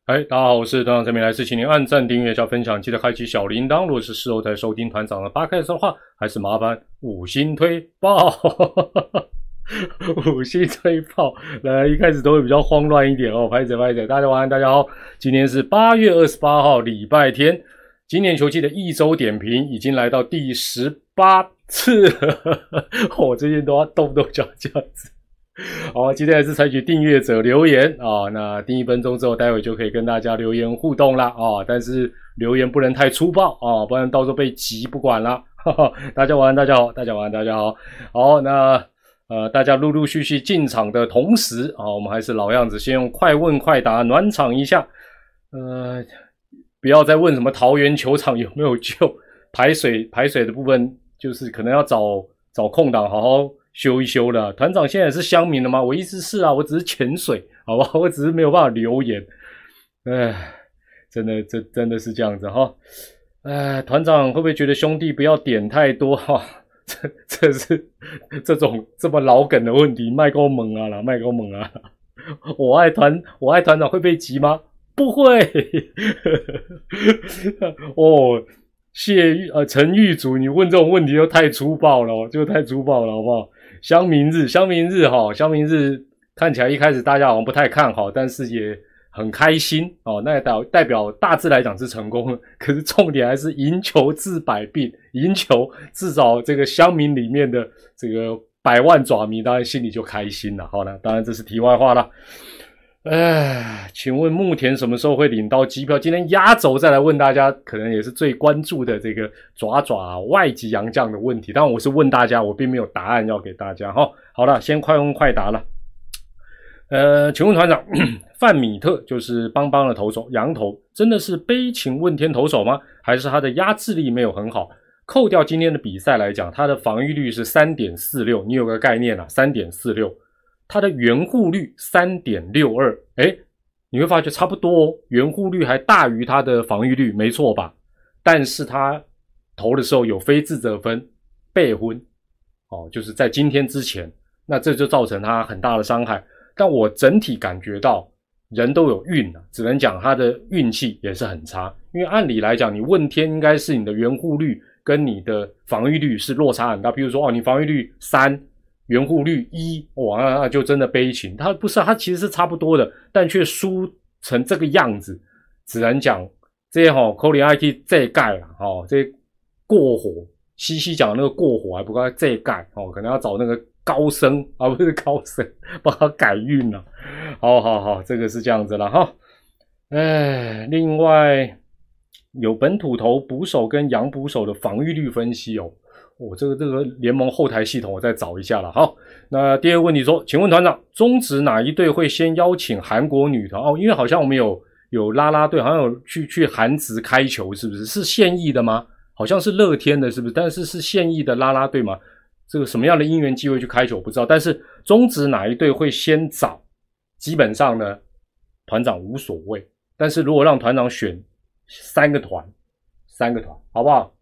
嗨，大家好，我是团长陈明，来是请您按赞、订阅加分享，记得开启小铃铛。如果是事后才收听团长的 podcast 的话，还是麻烦五星推爆，五星推爆。来，一开始都会比较慌乱一点哦，拍着，大家晚安，大家好，今天是8月28号，礼拜天。今年球季的一周点评已经来到第18次了，我最近都要动不动就要这样子。好，今天还是采取订阅者留言啊，那订1分钟之后，待会就可以跟大家留言互动啦啊，但是留言不能太粗暴啊，不然到时候被急不管啦。大家晚安，大家好，大家晚安，大家好。好，那大家陆陆续续进场的同时啊，我们还是老样子，先用快问快答暖场一下。不要再问什么桃园球场有没有救，排水的部分就是可能要找空档好好修一修了。团长现在是乡民了吗？我意思是啊，我只是潜水，好不好？我只是没有办法留言。真的是这样子哈。团长会不会觉得兄弟不要点太多哈？这是这种这么老梗的问题，卖够猛啊啦，卖够猛啊！我爱团长会被急吗？不会。哦，陈玉竹，你问这种问题就太粗暴了，好不好？乡民日看起来一开始大家好像不太看好，但是也很开心哦。那代表大致来讲是成功了，可是重点还是赢球治百病，赢球至少这个乡民里面的这个百万爪迷当然心里就开心了。好了，当然这是题外话了。请问牧田什么时候会领到机票？今天压轴再来问大家，可能也是最关注的这个爪外籍洋将的问题。当然我是问大家，我并没有答案要给大家哈。好了，先快问快答了。请问团长，范米特就是邦邦的投手，洋投真的是悲情问天投手吗？还是他的压制力没有很好？扣掉今天的比赛来讲，他的防御率是 3.46， 你有个概念啦 3.46。他的援护率 3.62， 你会发觉差不多哦，援护率还大于他的防御率，没错吧？但是他投的时候有非自责分被昏哦，就是在今天之前，那这就造成他很大的伤害。但我整体感觉到人都有运啊，只能讲他的运气也是很差，因为按理来讲，你问天应该是你的援护率跟你的防御率是落差很大，比如说你防御率3。援护率1，哇，那就真的悲情。他不是，他其实是差不多的，但却输成这个样子，只能讲这些扣零 IT 这盖啦，这些过火，西讲那个过火还不够这盖可能要找那个高僧啊，不是高僧，帮他改运了。好，这个是这样子了哈。另外有本土投捕手跟洋捕手的防御率分析哦。这个联盟后台系统我再找一下了。好，那第二个问题说，请问团长，中职哪一队会先邀请韩国女团？因为好像我们有啦啦队，好像有去韩职开球，是不是？是现役的吗？好像是乐天的，是不是？但是是现役的啦啦队吗？这个什么样的因缘机会去开球我不知道。但是中职哪一队会先找？基本上呢，团长无所谓。但是如果让团长选3个团，好不好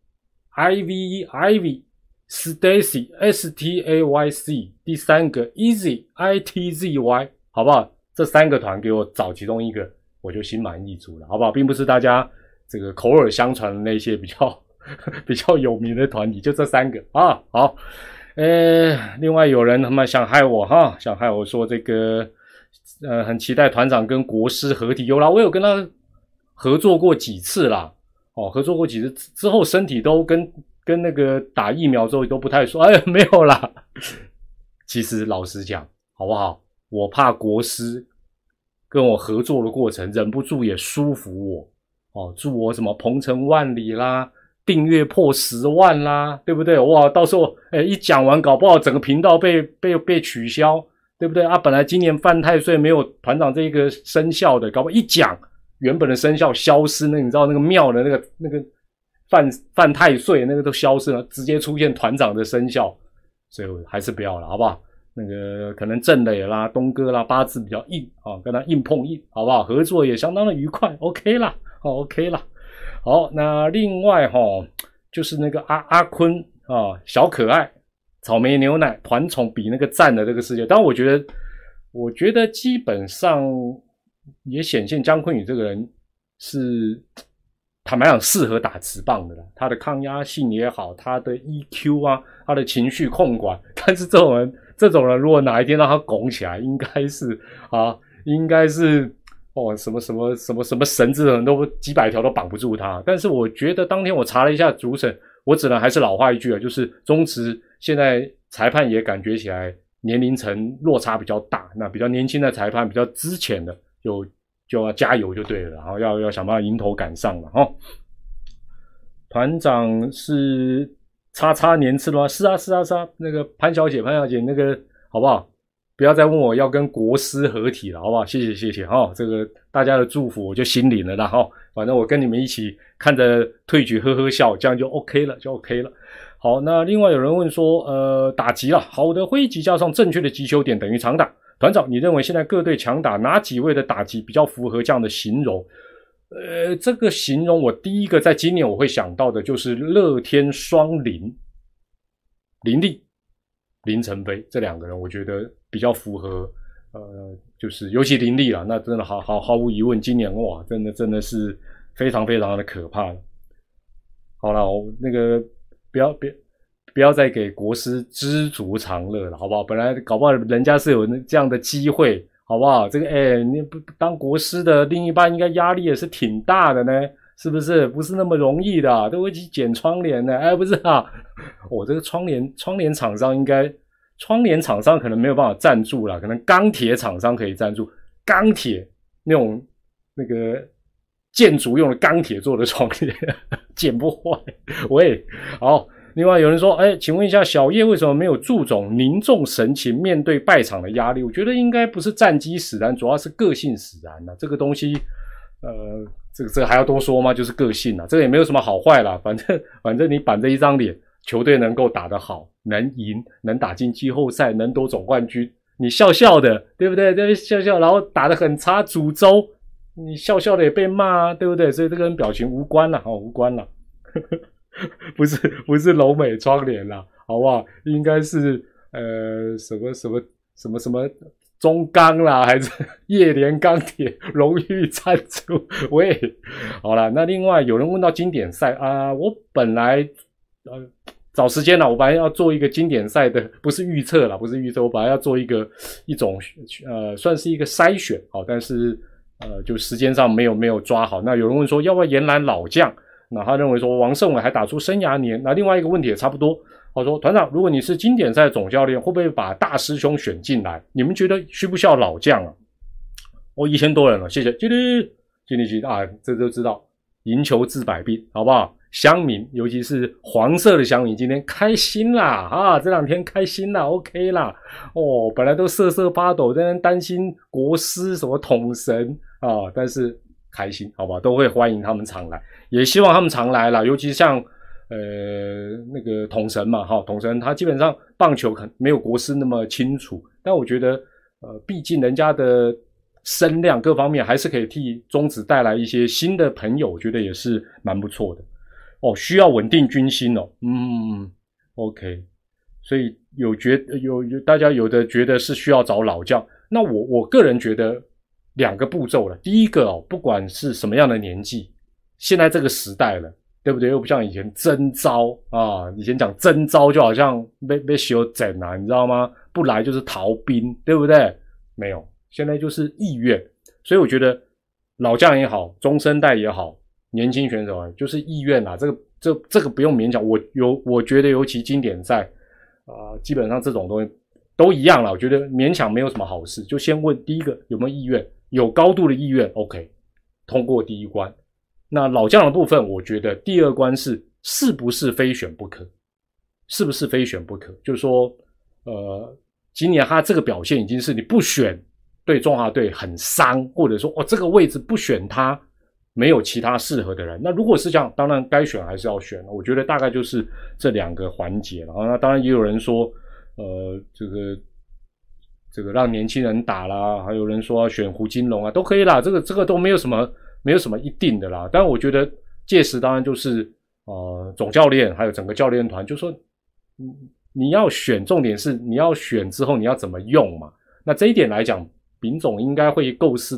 ？Ivy。Stacy STAYC， 第3个 Easy ITZY， 好不好？这3个团给我找其中一个，我就心满意足了，好不好？并不是大家这个口耳相传的那些比较有名的团体，就这3个啊。好，另外有人他们想害我说这个很期待团长跟国师合体，有啦，我有跟他合作过几次啦，合作过几次之后身体都跟那个打疫苗之后都不太说，没有啦。其实老实讲，好不好？我怕国师跟我合作的过程，忍不住也舒服我祝我什么鹏程万里啦，订阅破10万啦，对不对？哇，到时候一讲完，搞不好整个频道被取消，对不对啊？本来今年犯太岁没有团长这个生肖的，搞不好一讲原本的生肖消失，那你知道那个庙的那个犯太岁那个都消失了，直接出现团长的生肖，所以还是不要了，好不好？那个可能郑磊啦、东哥啦八字比较硬跟他硬碰硬，好不好？合作也相当的愉快 ，OK 啦，OK 啦。好，那另外就是那个阿坤小可爱草莓牛奶团宠比那个赞的这个世界，当然我觉得基本上也显现姜昆宇这个人是坦白讲适合打职棒的啦，他的抗压性也好，他的 EQ 啊，他的情绪控管，但是这种人如果哪一天让他拱起来，应该是什么绳子人都几百条都绑不住他。但是我觉得当天我查了一下主审，我只能还是老话一句啊，就是中职现在裁判也感觉起来年龄层落差比较大，那比较年轻的裁判，比较之前的就要加油就对了，然后要想办法迎头赶上了齁。团长是叉年次的吗？是啊，那个潘小姐那个好不好？不要再问我要跟国师合体了，好不好？谢谢齁，这个大家的祝福我就心领了啦齁。反正我跟你们一起看着退局呵呵笑，这样就 OK 了。好，那另外有人问说，打击啦，好的挥击加上正确的击球点等于长打。团长，你认为现在各队强打哪几位的打击比较符合这样的形容？这个形容我第一个在今年我会想到的就是乐天双林立、林承飞这两个人，我觉得比较符合，就是尤其林立啦，那真的毫无疑问，今年哇，真的是非常非常的可怕了。好啦，那个不要再给国师知足常乐了，好不好？本来搞不好人家是有这样的机会，好不好？这个你不当国师的另一半应该压力也是挺大的呢，是不是？不是那么容易的都会去剪窗帘呢。不是啊，这个窗帘厂商窗帘厂商可能没有办法赞助啦，可能钢铁厂商可以赞助，钢铁那个建筑用的钢铁做的窗帘剪不坏。喂，好。另外有人说，请问一下，小叶为什么没有祝总凝重神情面对败场的压力？我觉得应该不是战机使然，主要是个性使然啊。这个东西，这个还要多说吗？就是个性啊，这个也没有什么好坏啦。反正你板着一张脸，球队能够打得好，能赢，能打进季后赛，能夺总冠军，你笑笑的，对不对？对，笑笑，然后打得很差，煮粥，你笑笑的也被骂啊，对不对？所以这跟表情无关啦，无关啦。不是柔美窗帘啦，好不好？应该是什么中钢啦，还是叶联钢铁荣誉赞助？喂，好啦，那另外有人问到经典赛啊，我本来找时间啦，我本来要做一个经典赛的，不是预测啦，我本来要做一种算是一个筛选，好，但是就时间上没有抓好。那有人问说要不要延揽老将？那他认为说王胜伟还打出生涯年，那另外一个问题也差不多。他说团长，如果你是经典赛总教练，会不会把大师兄选进来？你们觉得需不需要老将啊？1000多人了，谢谢经理啊，这都知道，赢球治百病，好不好？乡民，尤其是黄色的乡民，今天开心啦啊！这两天开心啦 ，OK 啦。本来都瑟瑟发抖，在那担心国师什么统神啊，但是开心，好吧，都会欢迎他们常来，也希望他们常来啦。尤其像那个统神嘛，统神他基本上棒球可能没有国师那么清楚，但我觉得毕竟人家的声量各方面还是可以替中职带来一些新的朋友，我觉得也是蛮不错的。需要稳定军心OK， 所以有大家有的觉得是需要找老将，那我个人觉得2个步骤了。第一个不管是什么样的年纪，现在这个时代了，对不对？又不像以前征召啊，以前讲征召就好像被修整啊，你知道吗？不来就是逃兵，对不对？没有，现在就是意愿。所以我觉得老将也好，中生代也好，年轻选手就是意愿啦，这个不用勉强。我觉得尤其经典赛基本上这种东西都一样啦，我觉得勉强没有什么好事。就先问第一个有没有意愿，有高度的意愿 OK， 通过第一关。那老将的部分，我觉得第2关是不是非选不可，是不是非选不可，就是说今年他这个表现已经是你不选对中华队很伤，或者说这个位置不选他没有其他适合的人。那如果是这样，当然该选还是要选，我觉得大概就是这2个环节了。那当然也有人说这个让年轻人打啦，还有人说要选胡金龙啊，都可以啦，这个都没有什么一定的啦。但我觉得届时当然就是总教练还有整个教练团就说你要选，重点是你要选之后你要怎么用嘛。那这一点来讲，丙总应该会构思的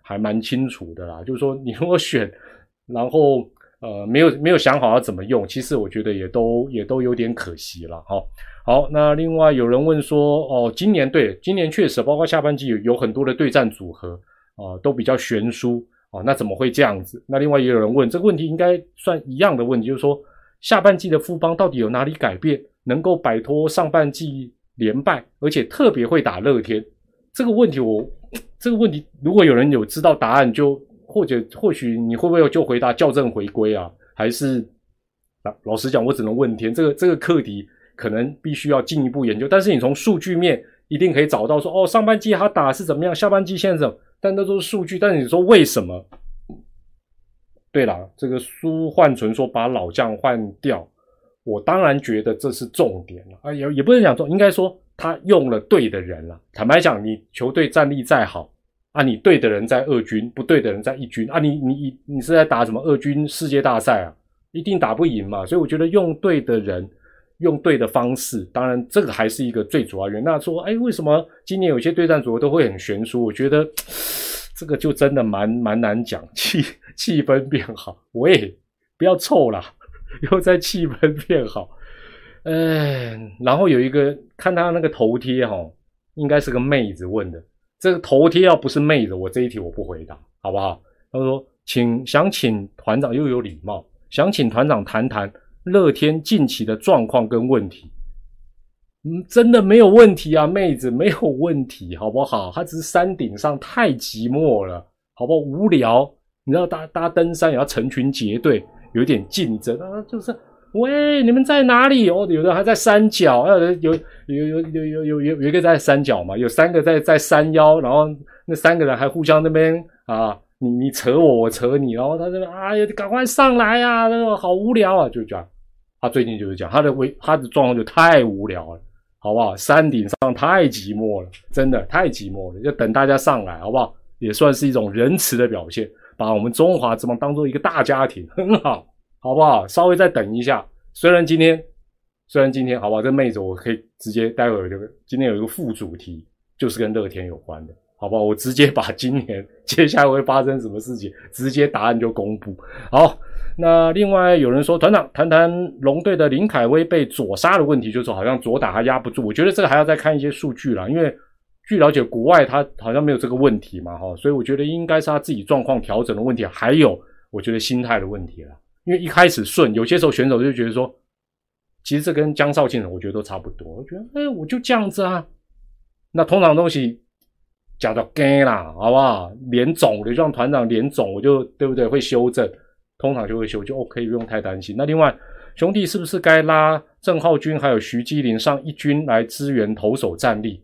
还蛮清楚的啦，就是说你如果选，然后没有想好要怎么用，其实我觉得也都有点可惜了哈。好，那另外有人问说，今年确实包括下半季有很多的对战组合都比较悬殊那怎么会这样子？那另外也有人问这个问题，应该算一样的问题，就是说下半季的富邦到底有哪里改变，能够摆脱上半季连败，而且特别会打乐天？这个问题如果有人有知道答案，就或许你会不会就回答校正回归啊？还是老实讲，我只能问天。这个课题可能必须要进一步研究，但是你从数据面一定可以找到说，上半季他打是怎么样，下半季现在怎么？但那都是数据。但是你说为什么？对啦，这个苏焕纯说把老将换掉，我当然觉得这是重点了也不能讲重，应该说他用了对的人了。坦白讲，你球队战力再好你对的人在二军，不对的人在一军你是在打什么二军世界大赛一定打不赢嘛。所以我觉得用对的人，用对的方式，当然这个还是一个最主要原因。那说为什么今年有些对战组合都会很悬殊？我觉得这个就真的蛮难讲，气氛变好，不要臭啦，又在气氛变好。然后有一个看他那个头贴应该是个妹子问的，这个头贴要不是妹子，我这一题我不回答，好不好？他说想请团长，又有礼貌，想请团长谈谈乐天近期的状况跟问题。真的没有问题啊，妹子没有问题，好不好？他只是山顶上太寂寞了，好不好？无聊，你知道大家登山也要成群结队，有点竞争就是喂，你们在哪里？有的人还在山脚，有一个在山脚嘛，有3个在山腰，然后那3个人还互相那边你扯我，我扯你，然后他这边赶快上来啊，那个好无聊就这样。他最近就是这样，他的状况就太无聊了，好不好？山顶上太寂寞了，真的太寂寞了，就等大家上来，好不好？也算是一种仁慈的表现，把我们中华之邦当做一个大家庭，很好，好不好？稍微再等一下，虽然今天好不好？这妹子我可以直接待会今天有一个副主题，就是跟乐天有关的，好不好？我直接把今年接下来会发生什么事情，直接答案就公布。好，那另外有人说，团长谈谈龙队的林凯威被左杀的问题，就是好像左打他压不住。我觉得这个还要再看一些数据啦，因为据了解国外他好像没有这个问题嘛，所以我觉得应该是他自己状况调整的问题，还有我觉得心态的问题啦。因为一开始顺，有些时候选手就觉得说，其实这跟江少庆我觉得都差不多。我觉得我就这样子啊。那通常东西假叫 gay 啦，好不好？脸肿的，就像团长脸肿，我就对不对？会修正，通常就会修，就 OK， 不用太担心。那另外，兄弟是不是该拉郑浩均还有徐基林上一军来支援投手战力？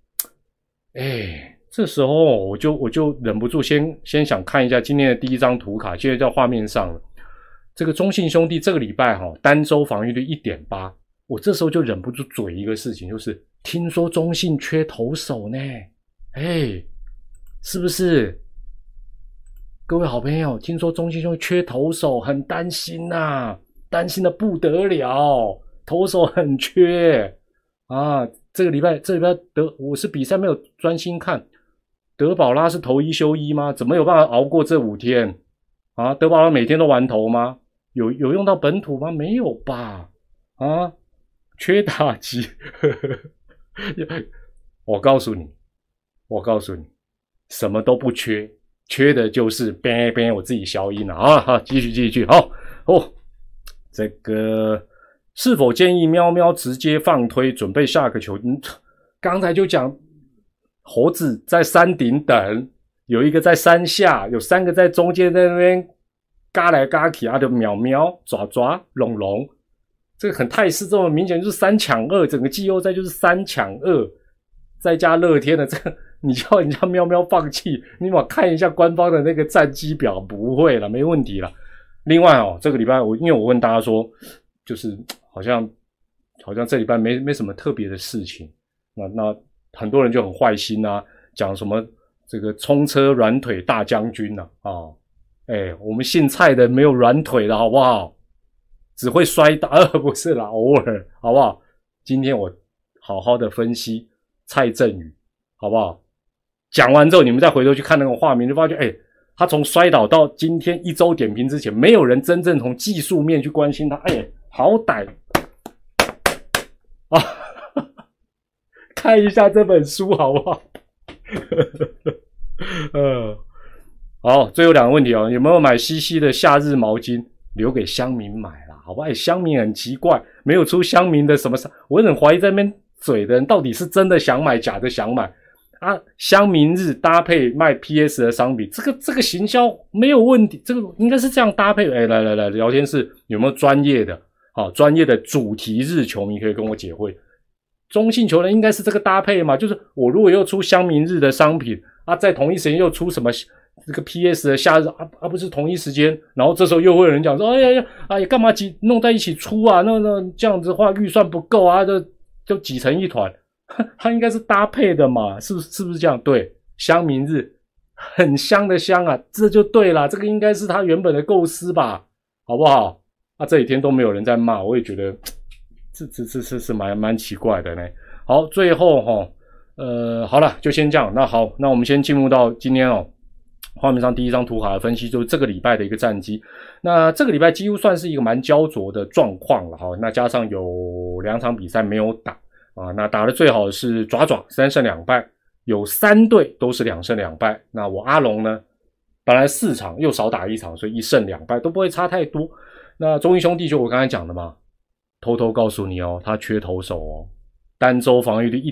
这时候我就忍不住先想看一下今天的第一张图卡，现在在画面上了。这个中信兄弟这个礼拜单周防御率 1.8， 我这时候就忍不住嘴一个事情，就是听说中信缺投手呢，是不是？各位好朋友，听说中信兄弟缺投手，很担心担心的不得了，投手很缺这个礼拜我是比赛没有专心看，德保拉是投一休一吗？怎么有办法熬过这5天德保拉每天都玩投吗？有用到本土吗？没有吧？缺打击我告诉你，什么都不缺，缺的就是我自己消音了好，继续好这个是否建议喵喵直接放推准备下个球？刚才就讲猴子在山顶等，有一个在山下，有3个在中间在那边嘎来嘎去就喵喵抓龙龙，这个很态势这么明显，就是3抢2，整个季后赛就是3抢2，再加乐天的这个，你叫人家喵喵放弃，你把看一下官方的那个战绩表，不会了，没问题了。另外这个礼拜因为我问大家说，就是好像这礼拜没什么特别的事情，那很多人就很坏心讲什么这个冲车软腿大将军我们姓蔡的没有软腿的好不好？只会摔倒不是啦，偶尔好不好？今天我好好的分析蔡振宇好不好？ 讲完之后，你们再回头去看那个画面，就发觉，他从摔倒到今天1周点评之前，没有人真正从技术面去关心他。好歹啊，看一下这本书好不好？好，最后2个问题哦，有没有买西西的夏日毛巾？留给乡民买啦，好吧？乡民很奇怪，没有出乡民的什么，我很怀疑在那边嘴的人到底是真的想买，假的想买啊？乡民日搭配卖 PS 的商品，这个行销没有问题，这个应该是这样搭配。来，聊天室有没有专业的？专业的主题日球迷可以跟我解惑。中信球员应该是这个搭配嘛？就是我如果又出乡民日的商品啊，在同一时间又出什么这个 PS 的夏日不是同一时间，然后这时候又会有人讲说，干嘛弄在一起出啊？那这样子的话预算不够啊，就挤成一团。它应该是搭配的嘛？是不是这样？对，乡民日很香的香啊，这就对啦，这个应该是他原本的构思吧，好不好？这几天都没有人在骂，我也觉得这是蛮奇怪的呢。好，最后好了，就先这样。那我们先进入到今天画面上第一张图卡的分析，就是这个礼拜的一个战绩。那这个礼拜几乎算是一个蛮焦灼的状况了那加上有2场比赛没有打那打得最好的是爪爪3胜2败，有3队都是2胜2败。那我阿龙呢，本来4场又少打1场，所以1胜2败都不会差太多。那中英兄弟就我刚才讲的嘛，偷偷告诉你他缺投手单周防御率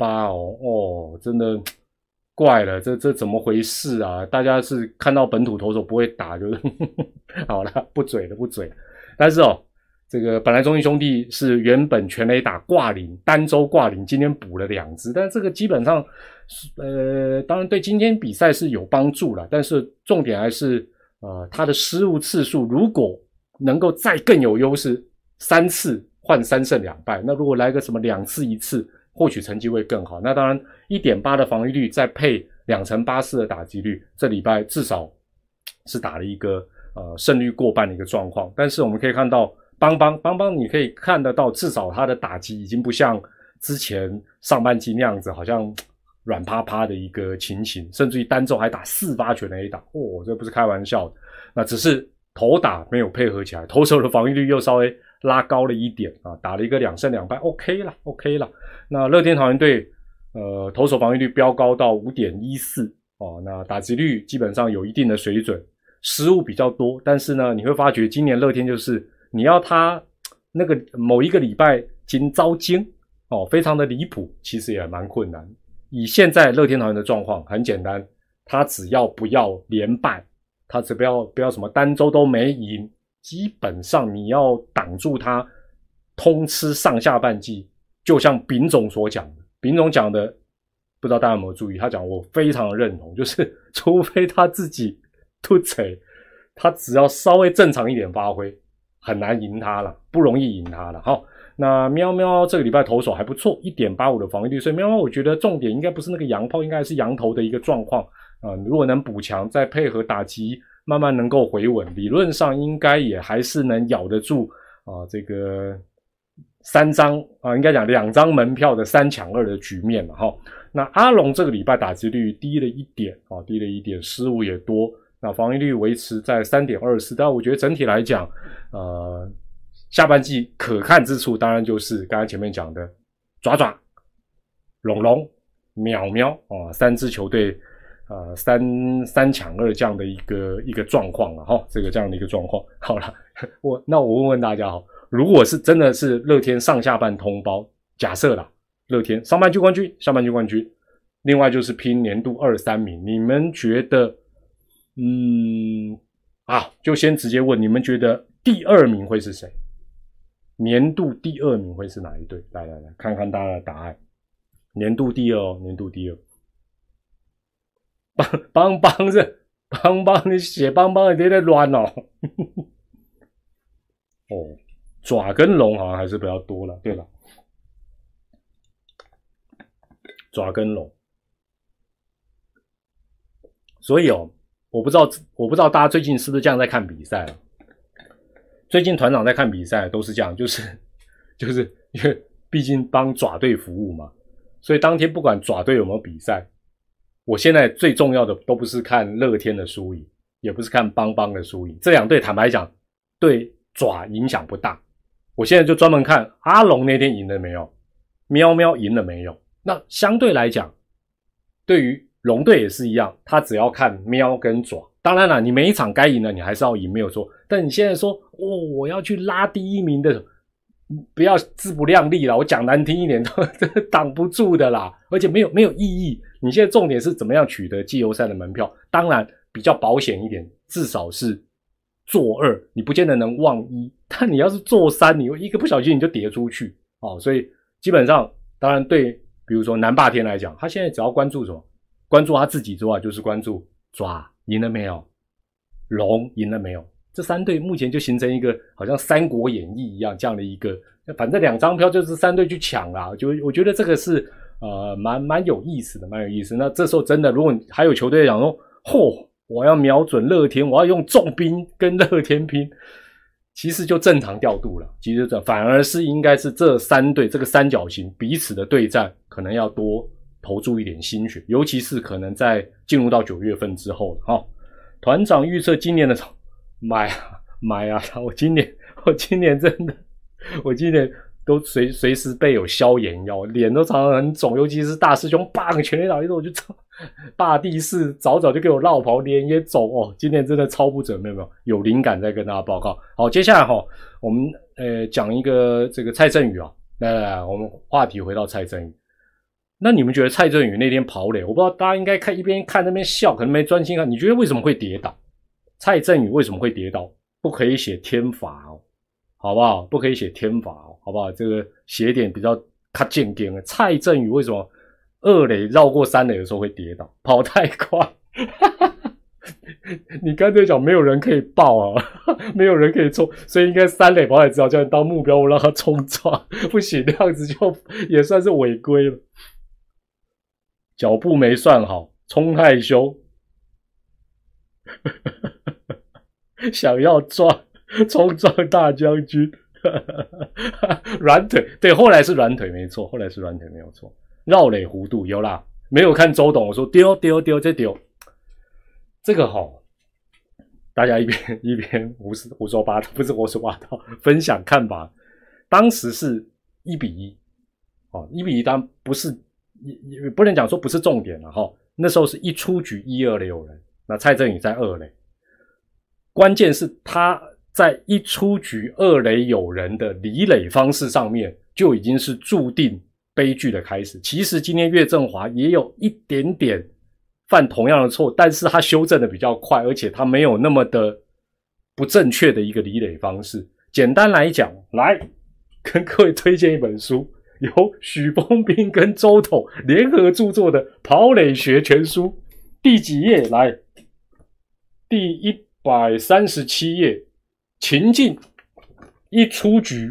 1.8 真的怪了，这怎么回事啊？大家是看到本土投手不会打，就是好了，不嘴了。但是这个本来中信兄弟是原本全垒打挂零，单周挂零，今天补了2支，但这个基本上当然对今天比赛是有帮助啦，但是重点还是他的失误次数如果能够再更有优势，3次换3胜2败，那如果来个什么2次1次，或许成绩会更好。那当然 1.8 的防御率再配2成84的打击率，这礼拜至少是打了一个胜率过半的一个状况。但是我们可以看到邦邦你可以看得到，至少他的打击已经不像之前上半季那样子好像软趴趴的一个情形，甚至于单周还打4发全垒打，这不是开玩笑的。那只是投打没有配合起来，投手的防御率又稍微拉高了一点打了一个2胜2败 OK 啦。那乐天桃园队投手防御率飙高到 5.14 那打击率基本上有一定的水准，失误比较多，但是呢你会发觉今年乐天就是你要他那个某一个礼拜今遭惊非常的离谱，其实也蛮困难。以现在乐天桃园的状况很简单，他只要不要连败，他只不要什么单周都没赢，基本上你要挡住他通吃上下半季，就像丙总所讲的，丙总讲的不知道大家有没有注意，他讲我非常的认同，就是除非他自己吐贼，他只要稍微正常一点发挥，很难赢他了，不容易赢他了。好，那喵喵这个礼拜投手还不错， 1.85 的防御率，所以喵喵我觉得重点应该不是那个洋炮，应该是洋投的一个状况如果能补强，再配合打击慢慢能够回稳，理论上应该也还是能咬得住这个3张应该讲2张门票的3抢2的局面了哈。那阿龙这个礼拜打击率低了一点失误也多，那防御率维持在 3.24， 但我觉得整体来讲下半季可看之处当然就是刚才前面讲的爪爪、龙龙、喵喵3支球队3抢2这样的一个状况了哈，这样的一个状况。好了，那我问问大家如果是真的是乐天上下半通包，假设啦，乐天上半季冠军，下半季冠军，另外就是拼年度2、3名，你们觉得就先直接问，你们觉得第2名会是谁？年度第2名会是哪一队？来看看大家的答案。年度第2年度第2。邦邦你写邦邦你在乱爪跟龙好像还是比较多了，对吧？爪跟龙，所以我不知道大家最近是不是这样在看比赛了。最近团长在看比赛都是这样，就是因为毕竟帮爪队服务嘛，所以当天不管爪队有没有比赛， 我现在最重要的都不是看乐天的输赢，也不是看邦邦的输赢，这两队坦白讲对爪影响不大。我现在就专门看阿龙那天赢了没有，喵喵赢了没有。那相对来讲，对于龙队也是一样，他只要看喵跟爪。当然啦，你每一场该赢的你还是要赢，没有错。但你现在说我要去拉第一名的，不要自不量力啦，我讲难听一点，挡不住的啦，而且没有意义。你现在重点是怎么样取得季后赛的门票，当然比较保险一点，至少是做2，你不见得能望1，但你要是做3，你一个不小心你就跌出去哦。所以基本上，当然对，比如说南霸天来讲，他现在只要关注什么，关注他自己之外，就是关注爪赢了没有，龙赢了没有。这3队目前就形成一个好像《三国演义》一样这样的一个，反正2张票就是3队去抢啦。就我觉得这个是蛮有意思的，蛮有意思。那这时候真的，如果还有球队讲说，我要瞄准乐天，我要用重兵跟乐天拼，其实就正常调度了。其实反而是应该是这3队这个三角形彼此的对战，可能要多投注一点心血，尤其是可能在进入到9月份之后了团长预测今年的买啊！我今年真的，我今年都随时备有消炎药，脸都常常很肿，尤其是大师兄棒全垒打一我就霸地士早就给我绕跑，脸也肿哦。今年真的超不准，没有灵感再跟大家报告。好，接下来我们讲一个这个蔡振宇啊，来，我们话题回到蔡振宇。那你们觉得蔡振宇那天跑垒，我不知道大家应该一边看那边笑，可能没专心看。你觉得为什么会跌倒？蔡振宇为什么会跌倒？不可以写天罚哦，好不好？不可以写天罚哦，好不好？这个写点比较较健健的。蔡振宇为什么2垒绕过3垒的时候会跌倒？跑太快。你干脆讲没有人可以报啊，没有人可以冲，所以应该3垒跑才知道，叫你当目标我让他冲撞，不行，这样子就也算是违规了。脚步没算好，冲太凶，想要冲撞大将军，软腿，对，后来是软腿没错，没有错，绕垒弧度有啦，没有看周董，我说丢，这丢，这个大家一边胡说八道，不是胡说八道，分享看法，当时是1-1，1-1当然不是。也不能讲说不是重点了那时候是一出局1、2垒有人，那蔡振宇在2垒，关键是他在一出局2垒有人的离垒方式上面就已经是注定悲剧的开始。其实今天岳振华也有一点点犯同样的错，但是他修正的比较快，而且他没有那么的不正确的一个离垒方式。简单来讲，来跟各位推荐一本书，由许峰斌跟周董联合著作的《跑垒学全书》，第几页？来，第137页。情境一出局，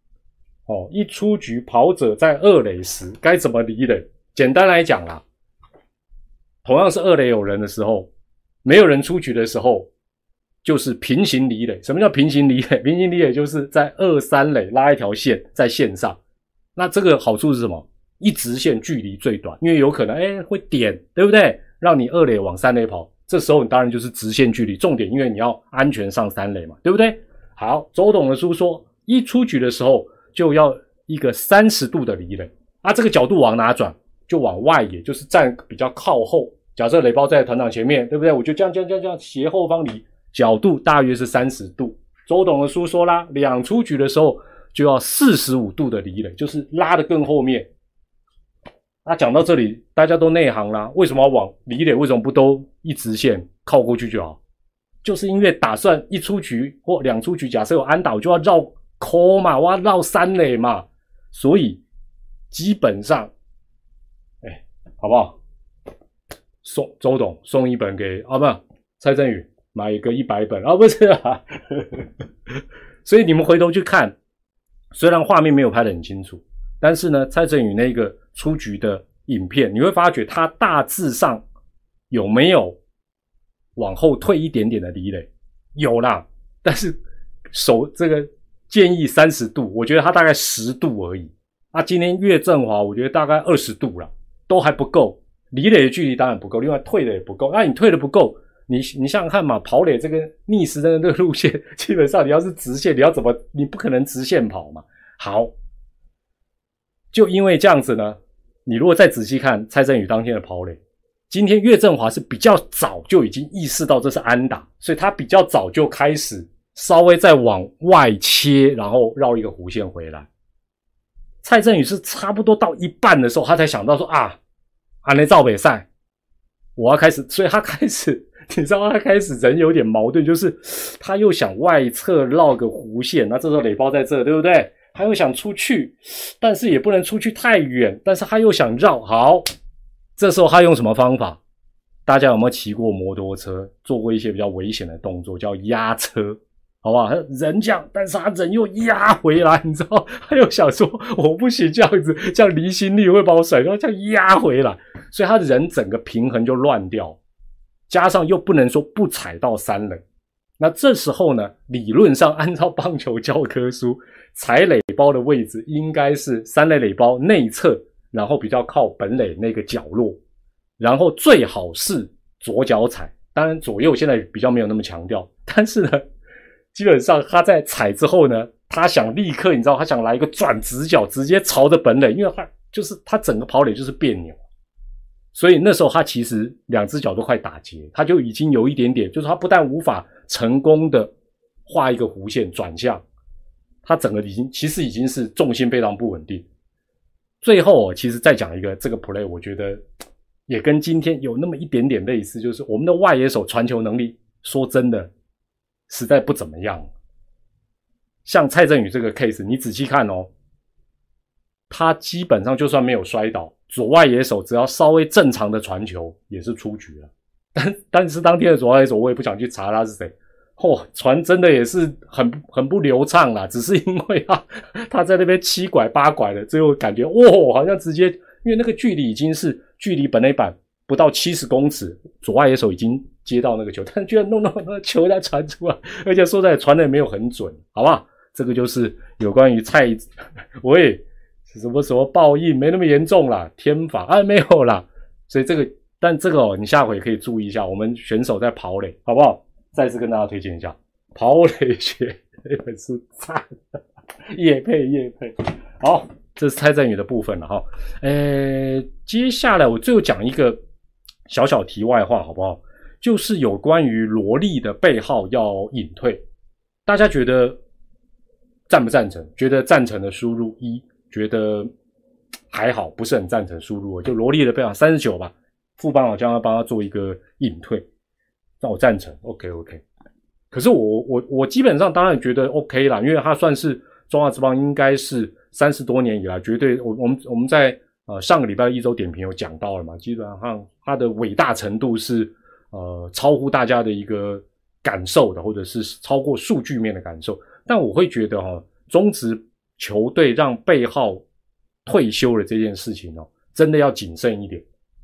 跑者在2垒时该怎么离垒？简单来讲啦，同样是2垒有人的时候，没有人出局的时候，就是平行离垒。什么叫平行离垒？平行离垒就是在2、3垒拉一条线在线上。那这个好处是什么？一直线距离最短，因为有可能会点，对不对？让你2垒往3垒跑，这时候你当然就是直线距离，重点因为你要安全上3垒嘛，对不对？好，周董的书说，一出局的时候就要一个30度的离垒，这个角度往哪转？就往外野，就是站比较靠后。假设垒包在团长前面，对不对？我就这样斜后方离，角度大约是30度。周董的书说啦，2出局的时候就要45度的离垒，就是拉得更后面。讲到这里，大家都内行啦。为什么要往离垒？为什么不都一直线靠过去就好？就是因为打算一出局或2出局，假设有安打，我就要绕扣嘛，我要绕3垒嘛。所以基本上，好不好？周董送一本给不蔡振宇买一个100本不是啊。所以你们回头去看，虽然画面没有拍得很清楚，但是呢，蔡振宇那个出局的影片，你会发觉他大致上有没有往后退一点点的离垒？有啦，但是这个建议30度，我觉得他大概10度而已。今天岳振华我觉得大概20度啦，都还不够。 离垒的距离当然不够，另外退的也不够。那你退的不够，你想想看嘛，跑垒这个逆时针的这个路线，基本上你要是直线，你不可能直线跑嘛。好，就因为这样子呢，你如果再仔细看蔡振宇当天的跑垒，今天岳振华是比较早就已经意识到这是安打，所以他比较早就开始稍微再往外切，然后绕一个弧线回来。蔡振宇是差不多到一半的时候，他才想到说安内照北赛，我要开始，所以他开始，你知道他开始人有点矛盾，就是他又想外侧绕个弧线，那这时候垒包在这，对不对？他又想出去，但是也不能出去太远，但是他又想绕。好，这时候他用什么方法？大家有没有骑过摩托车，做过一些比较危险的动作，叫压车？好不好？人这样，但是他人又压回来，你知道？他又想说，我不行这样子，这样离心力会把我甩掉，这样压回来，所以他人整个平衡就乱掉，加上又不能说不踩到三垒，那这时候呢，理论上按照棒球教科书，踩垒包的位置应该是三垒垒包内侧，然后比较靠本垒那个角落，然后最好是左脚踩，当然左右现在比较没有那么强调，但是呢。基本上他在踩之后呢，他想立刻，你知道，他想来一个转直角，直接朝着本垒，因为他整个跑垒就是别扭，所以那时候他其实两只脚都快打结，他就已经有一点点，就是他不但无法成功的画一个弧线转向，他整个其实已经是重心非常不稳定。最后其实再讲一个这个 play， 我觉得也跟今天有那么一点点类似，就是我们的外野手传球能力，说真的。实在不怎么样，像蔡振宇这个 case， 你仔细看哦，他基本上就算没有摔倒，左外野手只要稍微正常的传球也是出局了。但是当天的左外野手，我也不想去查他是谁，传真的也是很不流畅啦，只是因为他在那边七拐八拐的，最后感觉好像直接，因为那个距离已经是距离本垒板不到70公尺，左外野手已经接到那个球，但居然弄到那个球再传出来，而且说在传的也没有很准，好不好？这个就是有关于喂，什么报应没那么严重啦，天罚没有啦，所以但这个你下回可以注意一下，我们选手在跑垒，好不好？再次跟大家推荐一下跑垒学那本书，赞，业配，好，这是蔡振宇的部分了哈。接下来我最后讲一个小小题外话，好不好？就是有关于罗力的背号要隐退，大家觉得赞不赞成？觉得赞成的输入1，觉得还好，不是很赞成输入，就罗力的背号39吧，副帮老将要帮他做一个隐退，那我赞成 ，OK。可是我基本上当然觉得 OK 啦，因为他算是中华职棒应该是30多年以来绝对，我们在上个礼拜的一周点评有讲到了嘛，基本上他的伟大程度是超乎大家的一个感受的，或者是超过数据面的感受。但我会觉得中职球队让背号退休的这件事情真的要谨慎一点。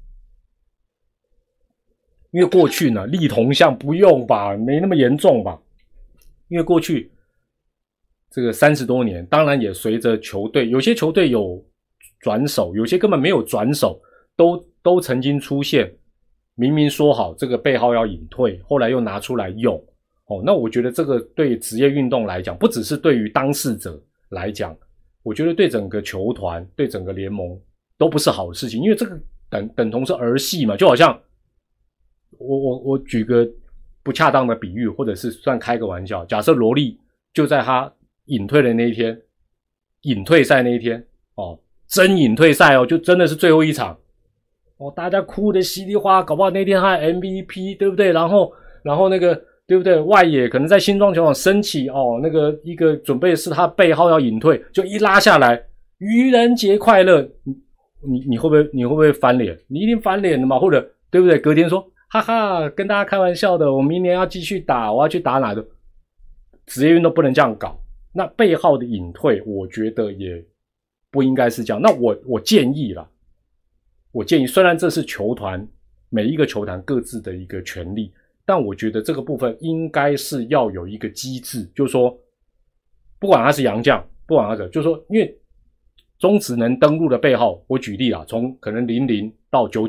因为过去呢，立铜像不用吧，没那么严重吧。因为过去这个30多年，当然也随着球队，有些球队有转手，有些根本没有转手，都曾经出现，明明说好这个背号要隐退，后来又拿出来用。那我觉得这个对职业运动来讲，不只是对于当事者来讲，我觉得对整个球团、对整个联盟都不是好的事情，因为这个等同是儿戏嘛，就好像我举个不恰当的比喻，或者是算开个玩笑，假设罗力就在他隐退的那一天，隐退赛那一天真隐退赛就真的是最后一场大家哭得稀里哗啦，搞不好那天他 MVP 对不对？然后那个对不对？外野可能在新庄球场升起那个一个准备是他背号要隐退，就一拉下来，愚人节快乐，你会不会翻脸？你一定翻脸的嘛，或者对不对？隔天说哈哈，跟大家开玩笑的，我明年要继续打，我要去打哪个？职业运动不能这样搞。那背号的隐退，我觉得也不应该是这样。那我建议啦，虽然这是球团每一个球团各自的一个权利，但我觉得这个部分应该是要有一个机制，就是说，不管他是洋将，不管他是，就是说，因为中职能登录的背号，我举例啦，从可能00到99，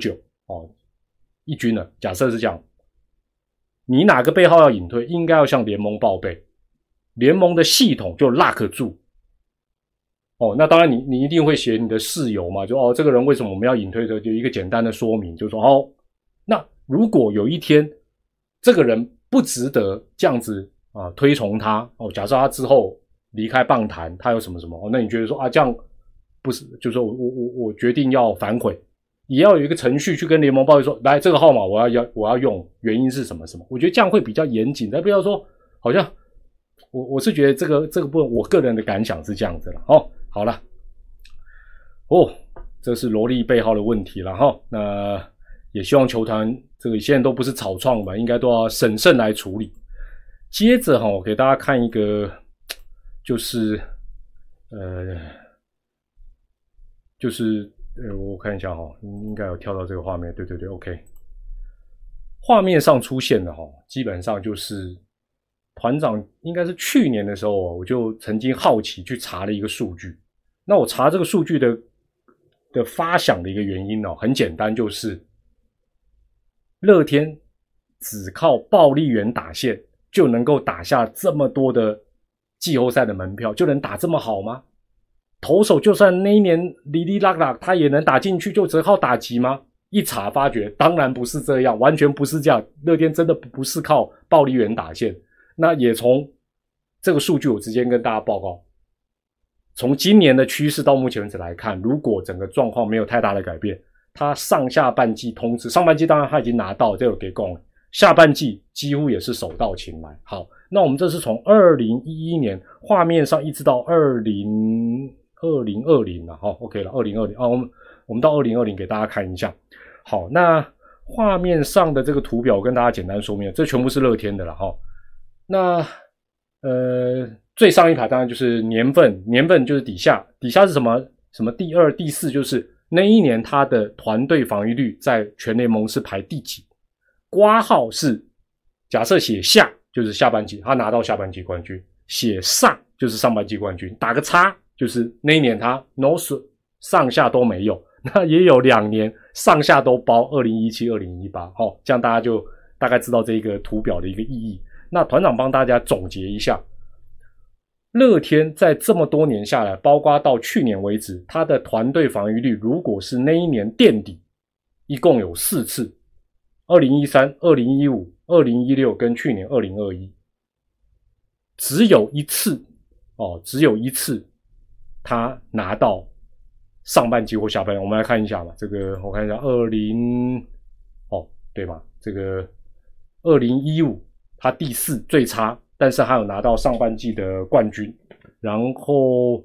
一军了，假设是这样，你哪个背号要隐退，应该要向联盟报备，联盟的系统就 lock 住。那当然你一定会写你的事由嘛，就这个人为什么我们要隐退的，就一个简单的说明，就说那如果有一天这个人不值得这样子推崇他，假设他之后离开棒坛，他有什么什么，那你觉得说这样不是，就是说我决定要反悔，也要有一个程序去跟联盟报备说，来这个号码我要用，原因是什么什么，我觉得这样会比较严谨，但不要说好像我是觉得这个部分我个人的感想是这样子了好了，这是萝莉背号的问题了那也希望球团这个现在都不是草创吧，应该都要审慎来处理。接着我给大家看一个，就是我看一下应该有跳到这个画面，对 OK， 画面上出现的基本上就是团长应该是去年的时候我就曾经好奇去查了一个数据。那我查这个数据的发想的一个原因很简单，就是乐天只靠暴力员打线就能够打下这么多的季后赛的门票，就能打这么好吗？投手就算那一年哩哩啦啦他也能打进去，就只靠打击吗？一查发觉当然不是这样，完全不是这样，乐天真的不是靠暴力员打线。那也从这个数据我直接跟大家报告，从今年的趋势到目前为止来看，如果整个状况没有太大的改变，他上下半季通知，上半季当然他已经拿到，这个给供了，下半季几乎也是手到擒来。好，那我们这是从2011年画面上一直到2020了OK 了，2020我们到2020给大家看一下。好，那画面上的这个图表我跟大家简单说明，这全部是乐天的了那最上一排当然就是年份就是底下是什么第2、第4，就是那一年他的团队防御率在全联盟是排第几，括号是假设写下就是下半季他拿到下半季冠军，写上就是上半季冠军，打个叉就是那一年他 no 上下都没有，那也有2年上下都包2017、2018这样大家就大概知道这个图表的一个意义。那团长帮大家总结一下，乐天在这么多年下来，包括到去年为止，他的团队防御率如果是那一年垫底，一共有4次，2013、2015、2016跟去年2021，只有一次他拿到上半季或下半季。我们来看一下吧，这个我看一下对吧，这个2015他第4最差，但是他有拿到上半季的冠军。然后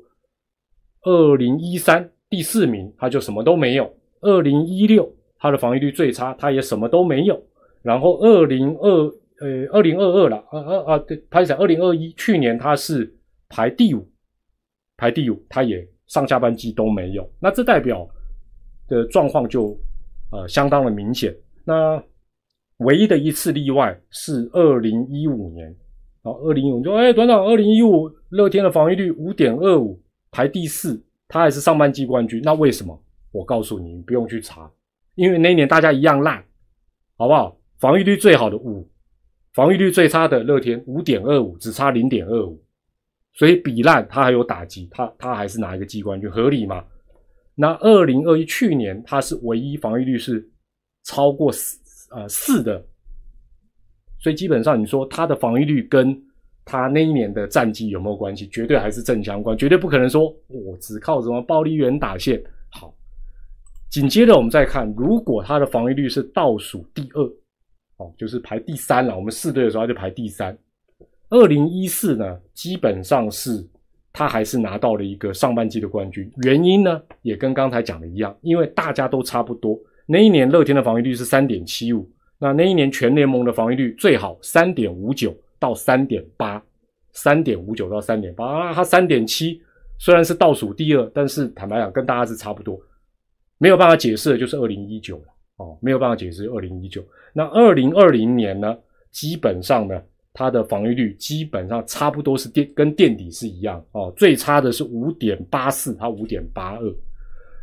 2013第4名他就什么都没有，2016他的防御率最差，他也什么都没有。然后2022啦对，拍起来2021去年他是排第5，他也上下半季都没有。那这代表的状况就相当的明显。那唯一的一次例外是2015年，2015就团长2015乐天的防御率 5.25 排第4，他还是上半季冠军。那为什么？我告诉你，你不用去查，因为那一年大家一样烂，好不好？防御率最好的5，防御率最差的乐天 5.25， 只差 0.25， 所以比烂他还有打击，他还是拿一个季冠军，合理吗？那2021去年他是唯一防御率是超过4的，所以基本上你说他的防御率跟他那一年的战绩有没有关系？绝对还是正相关，绝对不可能说我只靠什么暴力员打线。好，紧接着我们再看，如果他的防御率是倒数第2，就是排第3了，我们4队的时候他就排第3。2014呢，基本上是他还是拿到了一个上半季的冠军，原因呢也跟刚才讲的一样，因为大家都差不多。那一年乐天的防御率是 3.75， 那一年全联盟的防御率最好 3.59 到 3.8， 3.59 到 3.8， 他 3.7 虽然是倒数第2，但是坦白讲跟大家是差不多，没有办法解释的就是2019了没有办法解释2019。那2020年呢，基本上呢他的防御率基本上差不多是跟垫底是一样最差的是 5.84， 他 5.82。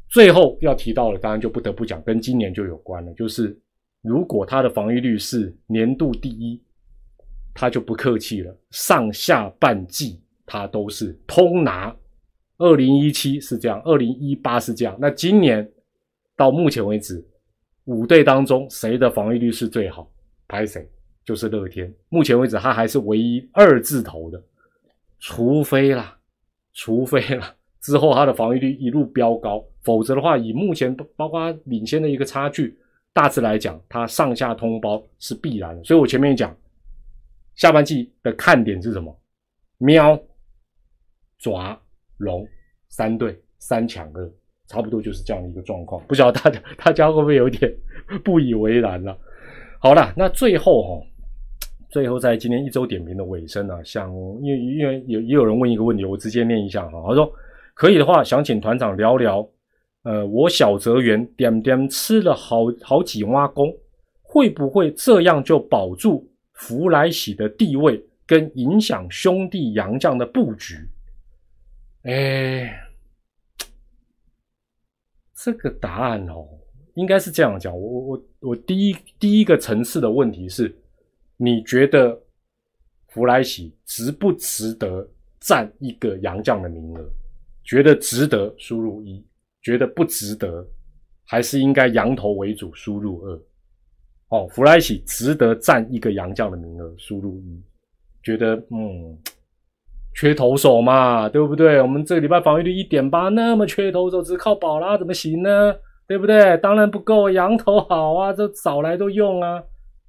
最后要提到的，当然就不得不讲，跟今年就有关了，就是如果他的防御率是年度第一，他就不客气了，上下半季他都是通拿。2017是这样，2018是这样，那今年到目前为止5队当中谁的防御率是最好？拍谁？就是乐天。目前为止他还是唯一2字头的，除非之后他的防御率一路飙高，否则的话以目前包括领先的一个差距，大致来讲他上下通包是必然的。所以我前面讲下半季的看点是什么？喵、爪、龙3队3抢2，差不多就是这样的一个状况。不晓得大家会不会有点不以为然了？好啦，那最后在今天一周点评的尾声啊，因为也有人问一个问题，我直接念一下哈。他说可以的话，想请团长聊聊，我小泽园点点吃了好几挖工，会不会这样就保住福来喜的地位，跟影响兄弟洋将的布局？这个答案应该是这样讲。我第一个层次的问题是，你觉得福来喜值不值得占一个洋将的名额？觉得值得输入1，觉得不值得，还是应该洋投为主输入2？福来喜值得占一个洋将的名额输入1，觉得缺投手嘛，对不对？我们这个礼拜防御率 1.8， 那么缺投手，只靠宝拉怎么行呢？对不对？当然不够，洋投好啊，这早来都用啊。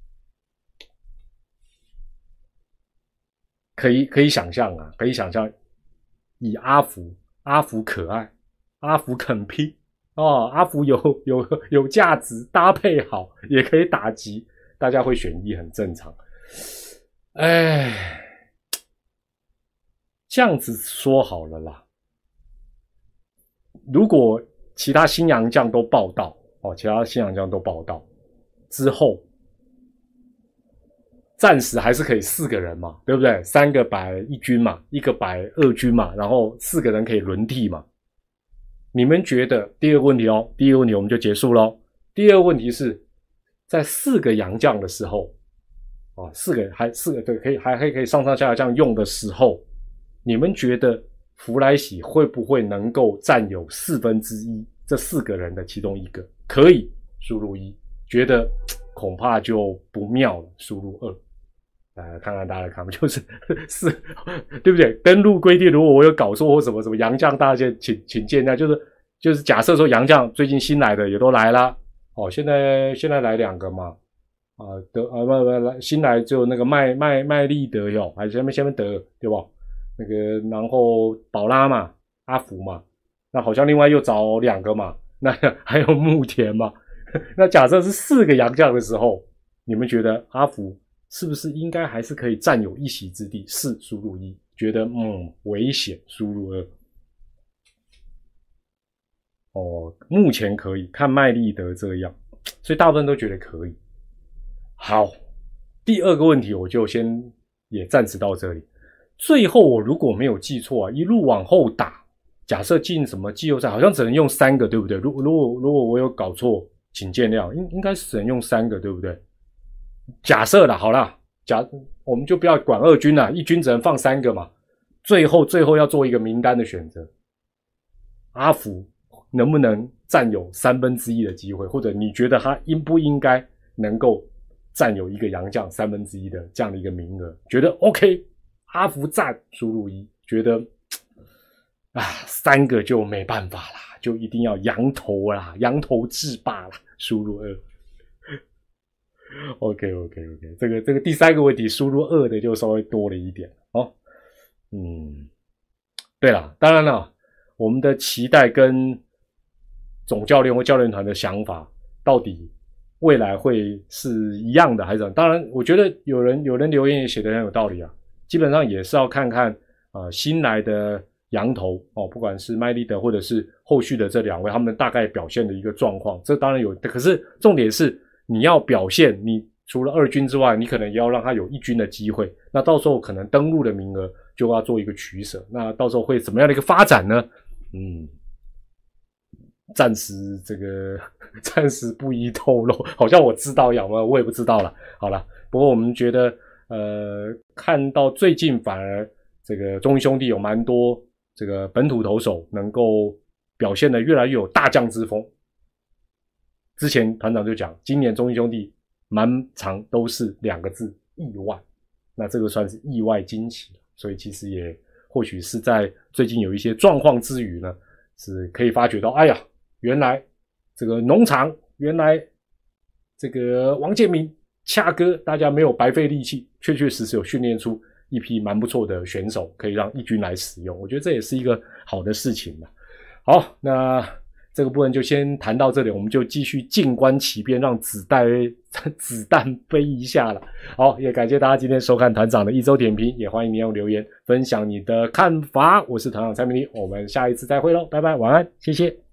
可以想象啊，以阿福可爱，阿福肯拼阿福有价值，搭配好也可以打击，大家会选1很正常。这样子说好了啦，如果其他新洋将都报到之后，暂时还是可以4个人嘛，对不对？3个摆1军嘛，1个摆2军嘛，然后4个人可以轮替嘛。你们觉得第二个问题我们就结束咯。第二个问题是在4个洋将的时候4个对，还可以上上下下这样用的时候，你们觉得福来喜会不会能够占有1/4这4个人的其中1个？可以输入1，觉得恐怕就不妙了，输入2。看看大家的看法，就是对不对？登录规定，如果我有搞错或什么洋将，大家请见谅。就是假设说洋将最近新来的也都来了现在来2个嘛新来就那个麦利德有，还是下面德对吧？那个然后宝拉嘛，阿福嘛，那好像另外又找2个嘛，那还有牧田嘛。那假设是4个洋将的时候，你们觉得阿福是不是应该还是可以占有一席之地？4输入1，觉得危险输入2。目前可以看麦利德这样，所以大部分都觉得可以。好，第二个问题我就先也暂时到这里。最后我如果没有记错一路往后打，假设进什么季后赛，好像只能用3个，对不对？如果我有搞错，请见谅，应该是只能用3个，对不对？假设啦，好啦，我们就不要管2军啦，1军只能放3个嘛。最后要做一个名单的选择，阿福能不能占有1/3的机会，或者你觉得他应不应该能够占有一个洋将1/3的这样的一个名额？觉得 OK， 阿福占输入1，觉得3个就没办法啦，就一定要洋投啦，洋投制霸啦，输入2。OK， 这个第3个问题输入2的就稍微多了一点对啦，当然啦，我们的期待跟总教练或教练团的想法到底未来会是一样的还是怎样？当然我觉得有人留言也写得很有道理啊，基本上也是要看看新来的洋投不管是麦利德或者是后续的这2位他们大概表现的一个状况，这当然有，可是重点是你要表现，你除了2军之外，你可能也要让他有1军的机会，那到时候可能登录的名额就要做一个取舍，那到时候会怎么样的一个发展呢？ 暂时暂时不宜透露，好像我知道一样，我也不知道了。好了，不过我们觉得看到最近反而这个中信兄弟有蛮多这个本土投手能够表现得越来越有大将之风。之前团长就讲，今年中信兄弟满场都是2个字意外，那这个算是意外惊奇，所以其实也或许是在最近有一些状况之余呢，是可以发觉到，哎呀，原来这个农场，原来这个王建民恰哥，大家没有白费力气，确确实实有训练出一批蛮不错的选手，可以让一军来使用，我觉得这也是一个好的事情。好，那这个部分就先谈到这里，我们就继续静观其变，让子弹飞一下了。好，也感谢大家今天收看团长的一周点评，也欢迎你用留言分享你的看法。我是团长蔡明黎，我们下一次再会咯，拜拜，晚安，谢谢。